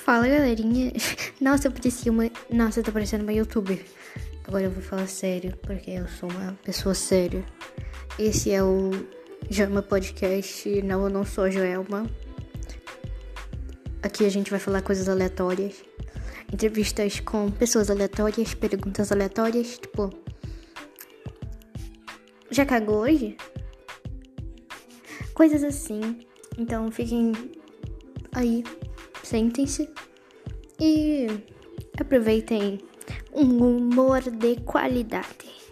Fala, galerinha. Nossa, Nossa, eu tô parecendo uma youtuber. Agora eu vou falar sério, porque eu sou uma pessoa séria. Esse é o Joelma Podcast. Não, eu não sou a Joelma. Aqui a gente vai falar coisas aleatórias. Entrevistas com pessoas aleatórias, perguntas aleatórias. Tipo, já cagou hoje? Coisas assim. Então fiquem aí, sentem-se e aproveitem um humor de qualidade.